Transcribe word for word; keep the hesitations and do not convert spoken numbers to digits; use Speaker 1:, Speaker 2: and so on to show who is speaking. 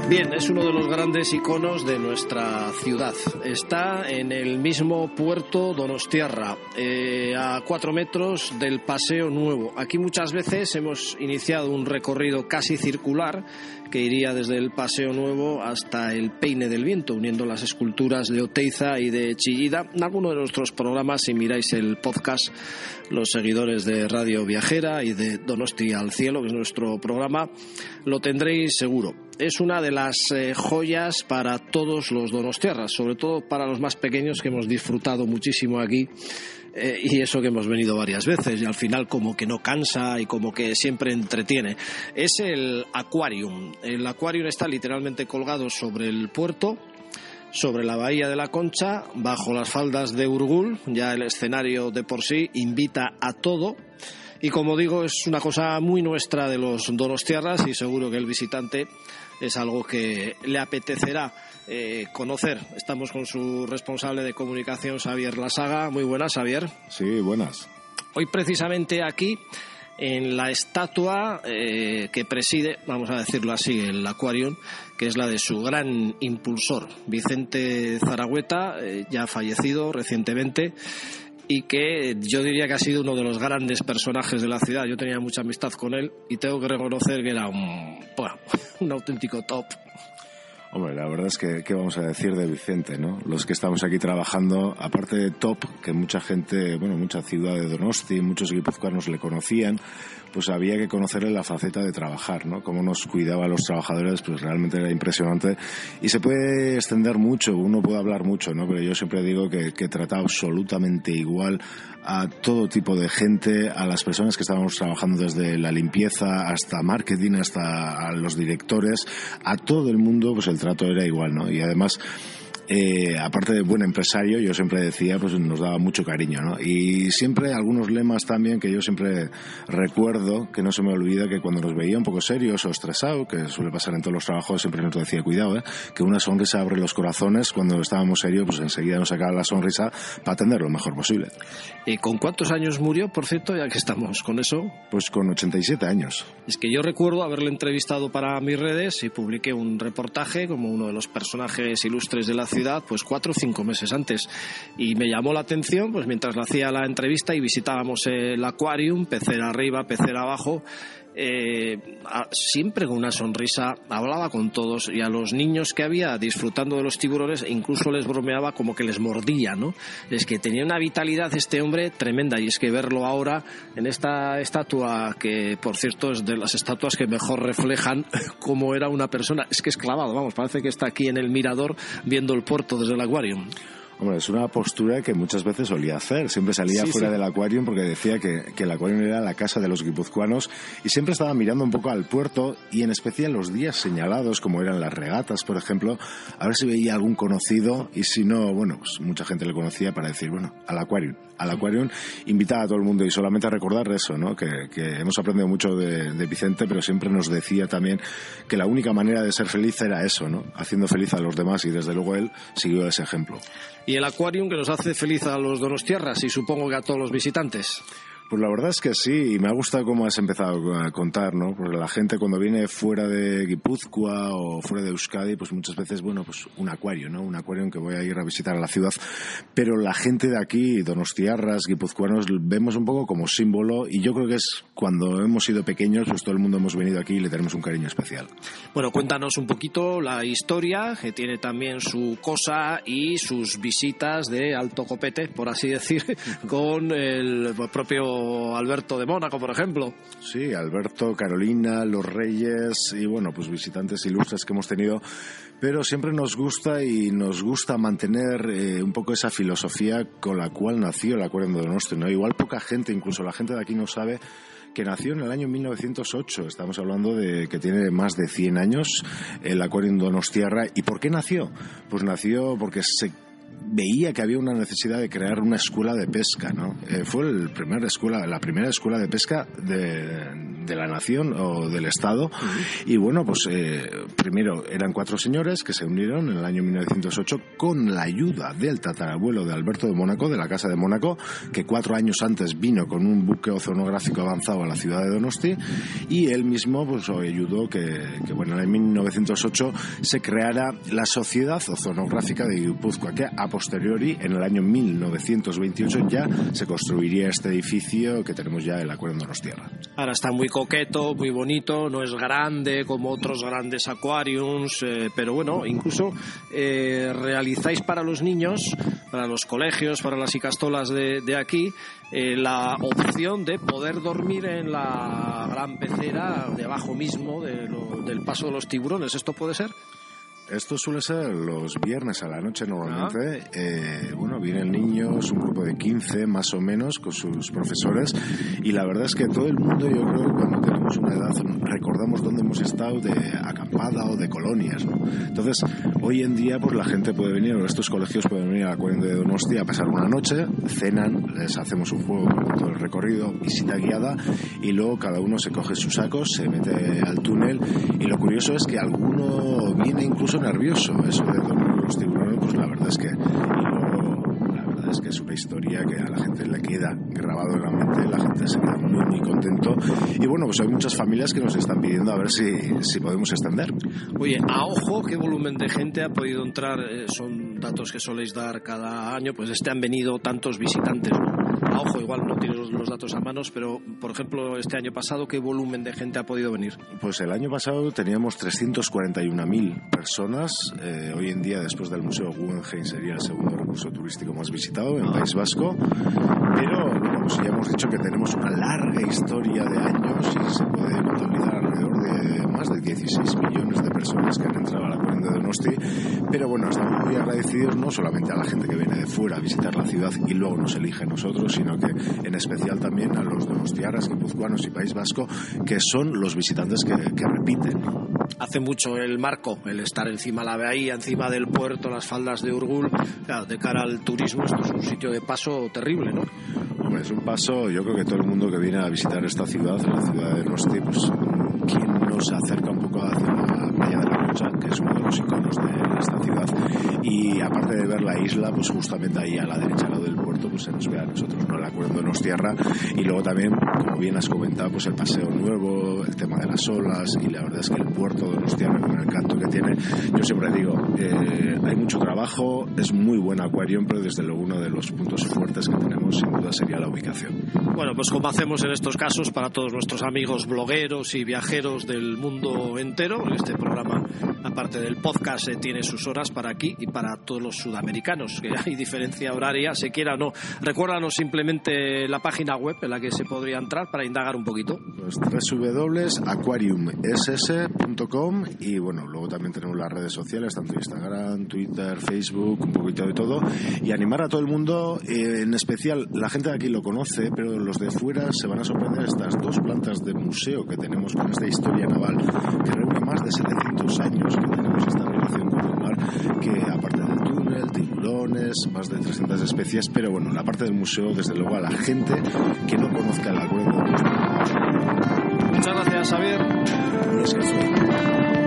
Speaker 1: Bien, es uno de los grandes iconos de nuestra ciudad. Está en el mismo puerto Donostiarra, eh, a cuatro metros del Paseo Nuevo. Aquí muchas veces hemos iniciado un recorrido casi circular que iría desde el Paseo Nuevo hasta el Peine del Viento, uniendo las esculturas de Oteiza y de Chillida. En alguno de nuestros programas, si miráis el podcast, los seguidores de Radio Viajera y de Donosti al Cielo, que es nuestro programa, lo tendréis seguro. Es una de las eh, joyas para todos los donostiarras, sobre todo para los más pequeños, que hemos disfrutado muchísimo aquí, eh, y eso que hemos venido varias veces, y al final como que no cansa y como que siempre entretiene. Es el Aquarium. El Aquarium está literalmente colgado sobre el puerto, sobre la bahía de la Concha, bajo las faldas de Urgul. Ya el escenario de por sí invita a todo. Y como digo, es una cosa muy nuestra de los donostiarras, y seguro que el visitante es algo que le apetecerá eh, conocer. Estamos con su responsable de comunicación, Xavier Lasaga. Muy buenas, Xavier.
Speaker 2: Sí, buenas.
Speaker 1: Hoy precisamente aquí, en la estatua eh, que preside, vamos a decirlo así, el Aquarium, que es la de su gran impulsor, Vicente Zaragüeta, eh, ya fallecido recientemente, y que yo diría que ha sido uno de los grandes personajes de la ciudad. Yo tenía mucha amistad con él y tengo que reconocer que era un, bueno, un auténtico top.
Speaker 2: Hombre, la verdad es que, ¿qué vamos a decir de Vicente, no? Los que estamos aquí trabajando, aparte de top, que mucha gente, bueno, mucha ciudad de Donosti, muchos guipuzcoanos le conocían, pues había que conocerle la faceta de trabajar, ¿no? Cómo nos cuidaba a los trabajadores, pues realmente era impresionante. Y se puede extender mucho, uno puede hablar mucho, ¿no? Pero yo siempre digo que, que trataba absolutamente igual a todo tipo de gente, a las personas que estábamos trabajando desde la limpieza hasta marketing, hasta a los directores, a todo el mundo, pues el trato era igual, ¿no? Y además, Eh, aparte de buen empresario, yo siempre decía, pues nos daba mucho cariño, ¿no? Y siempre algunos lemas también que yo siempre recuerdo, que no se me olvida, que cuando nos veía un poco serios o estresados, que suele pasar en todos los trabajos, siempre nos decía, cuidado, ¿eh? Que una sonrisa abre los corazones. Cuando estábamos serios, pues enseguida nos sacaba la sonrisa para atender lo mejor posible.
Speaker 1: ¿Y con cuántos años murió, por cierto, ya que estamos con eso?
Speaker 2: Pues con ochenta y siete años.
Speaker 1: Es que yo recuerdo haberle entrevistado para mis redes y publiqué un reportaje como uno de los personajes ilustres de la ciudad ciudad pues cuatro o cinco meses antes, y me llamó la atención pues mientras le hacía la entrevista y visitábamos el Aquarium, pecera arriba, pecera abajo, eh, a, siempre con una sonrisa, hablaba con todos, y a los niños que había disfrutando de los tiburones incluso les bromeaba como que les mordía, ¿no? Es que tenía una vitalidad este hombre tremenda, y es que verlo ahora en esta estatua, que por cierto es de las estatuas que mejor reflejan cómo era una persona, es que es clavado, vamos, parece que está aquí en el mirador viendo el puerto desde el Aquarium.
Speaker 2: Hombre, es una postura que muchas veces solía hacer. Siempre salía
Speaker 1: sí,
Speaker 2: fuera
Speaker 1: sí.
Speaker 2: del Aquarium porque decía que, que el Aquarium era la casa de los guipuzcoanos, y siempre estaba mirando un poco al puerto, y en especial los días señalados, como eran las regatas, por ejemplo, a ver si veía algún conocido, y si no, bueno, pues mucha gente le conocía para decir, bueno, al Aquarium. Al Aquarium invitaba a todo el mundo, y solamente a recordar eso, ¿no? Que, que hemos aprendido mucho de, de Vicente, pero siempre nos decía también que la única manera de ser feliz era eso, ¿no? Haciendo feliz a los demás, y desde luego él siguió ese ejemplo.
Speaker 1: Y el Aquarium que nos hace feliz a los donostiarras, y supongo que a todos los visitantes.
Speaker 2: Pues la verdad es que sí, y me ha gustado cómo has empezado a contar, ¿no? Porque la gente cuando viene fuera de Guipúzcoa o fuera de Euskadi, pues muchas veces, bueno, pues un acuario, ¿no? Un acuario que voy a ir a visitar a la ciudad. Pero la gente de aquí, donostiarras, guipuzcoanos, vemos un poco como símbolo, y yo creo que es cuando hemos sido pequeños, pues todo el mundo hemos venido aquí y le tenemos un cariño especial.
Speaker 1: Bueno, cuéntanos un poquito la historia, que tiene también su cosa y sus visitas de alto copete, por así decir, con el propio Alberto de Mónaco, por ejemplo.
Speaker 2: Sí, Alberto, Carolina, los Reyes y, bueno, pues visitantes ilustres que hemos tenido, pero siempre nos gusta y nos gusta mantener eh, un poco esa filosofía con la cual nació el Aquarium de Donosti, ¿no? Igual poca gente, incluso la gente de aquí no sabe que nació en el año mil novecientos ocho. Estamos hablando de que tiene más de cien años el Aquarium Donostiarra. ¿Y por qué nació? Pues nació porque se veía que había una necesidad de crear una escuela de pesca, ¿no? Eh, fue el primer escuela, la primera escuela de pesca de de la nación o del Estado. Uh-huh. Y bueno, pues eh, primero eran cuatro señores que se unieron en el año mil novecientos ocho con la ayuda del tatarabuelo de Alberto de Mónaco, de la Casa de Mónaco, que cuatro años antes vino con un buque oceanográfico avanzado a la ciudad de Donosti, y él mismo pues ayudó que, que bueno, en mil novecientos ocho se creara la Sociedad Oceanográfica de Guipúzcoa, que a posteriori, en el año mil novecientos veintiocho, ya se construiría este edificio que tenemos ya en la Acuario Donostiarra.
Speaker 1: Ahora está muy coqueto, muy bonito, no es grande como otros grandes aquariums, eh, pero bueno, incluso eh, realizáis para los niños, para los colegios, para las icastolas de, de aquí, eh, la opción de poder dormir en la gran pecera debajo mismo de lo, del paso de los tiburones. ¿Esto puede ser?
Speaker 2: Esto suele ser los viernes a la noche normalmente. Ah. Eh, bueno, vienen niños, un grupo de quince más o menos, con sus profesores, y la verdad es que todo el mundo, yo creo que cuando tenemos una edad recordamos dónde hemos estado de acampada o de colonias, ¿no? Entonces, hoy en día pues la gente puede venir, o estos colegios pueden venir al Acuario de Donosti a pasar una noche, cenan, les hacemos un juego con todo el recorrido, visita guiada, y luego cada uno se coge sus sacos, se mete al túnel, y lo curioso es que alguno viene incluso nervioso, eso de dormir con los tiburones, pues la verdad es que y luego, la verdad es que es una historia que a la gente le queda grabado en la mente, la gente se queda muy muy contento, y bueno, pues hay muchas familias que nos están pidiendo a ver si, si podemos extender.
Speaker 1: Oye, a ojo, ¿qué volumen de gente ha podido entrar? Eh, son datos que soléis dar cada año, pues este han venido tantos visitantes, ¿no? A ojo, igual no tienes los, los datos a manos, pero por ejemplo este año pasado, ¿qué volumen de gente ha podido venir?
Speaker 2: Pues el año pasado teníamos trescientas cuarenta y una mil personas. Eh, hoy en día, después del Museo Guggenheim, sería el segundo recurso turístico más visitado en el País Vasco, pero bueno, pues ya hemos dicho que tenemos una larga historia de años y se puede contabilizar alrededor de más de dieciséis millones de personas que han entrado a la Acuario de Donosti, pero bueno, estamos muy agradecidos no solamente a la gente que viene de fuera a visitar la ciudad y luego nos elige a nosotros, sino que en especial también a los donostiarras, guipuzcoanos y País Vasco, que son los visitantes que, que repiten.
Speaker 1: Hace mucho el marco, el estar encima de la bahía, encima del puerto, las faldas de Urgul, claro, de cara al turismo esto es un sitio de paso terrible, ¿no?
Speaker 2: Hombre, es un paso, yo creo que todo el mundo que viene a visitar esta ciudad, la ciudad de Donosti, pues quien nos acerca un poco hacia la playa de la Concha, que es uno de los iconos de esta ciudad, y aparte de ver la isla, pues justamente ahí a la derecha, al lado del puerto, pues se nos ve a nosotros, ¿no? El Acuario de Donostiarra, y luego también, como bien has comentado, pues el paseo nuevo, el tema de las olas, y la verdad es que el puerto de Donostiarra, con el canto que tiene, yo siempre digo, eh, hay mucho trabajo, es muy buen acuario, pero desde luego uno de los puntos fuertes que tenemos sin duda sería la ubicación.
Speaker 1: Bueno, pues como hacemos en estos casos para todos nuestros amigos blogueros y viajeros del mundo entero, este programa, aparte del podcast, eh, tiene sus horas para aquí y para todos los sudamericanos, que hay diferencia horaria, se quiera o no. Recuérdanos simplemente la página web en la que se podría entrar para indagar un poquito.
Speaker 2: Pues doble u doble u doble u punto aquarium s s punto com, y bueno, luego también tenemos las redes sociales, tanto Instagram, Twitter, Facebook, un poquito de todo, y animar a todo el mundo, eh, en especial la gente de aquí lo conoce, pero los de fuera se van a sorprender estas dos plantas de museo que tenemos con esta historia naval, que reúne más de setecientos años que tenemos esta relación con el mar, que aparte del túnel, tiburones, más de trescientas especies, pero bueno, la parte del museo, desde luego a la gente que no conozca el acuario.
Speaker 1: Muchas gracias, Xavier.
Speaker 2: Es que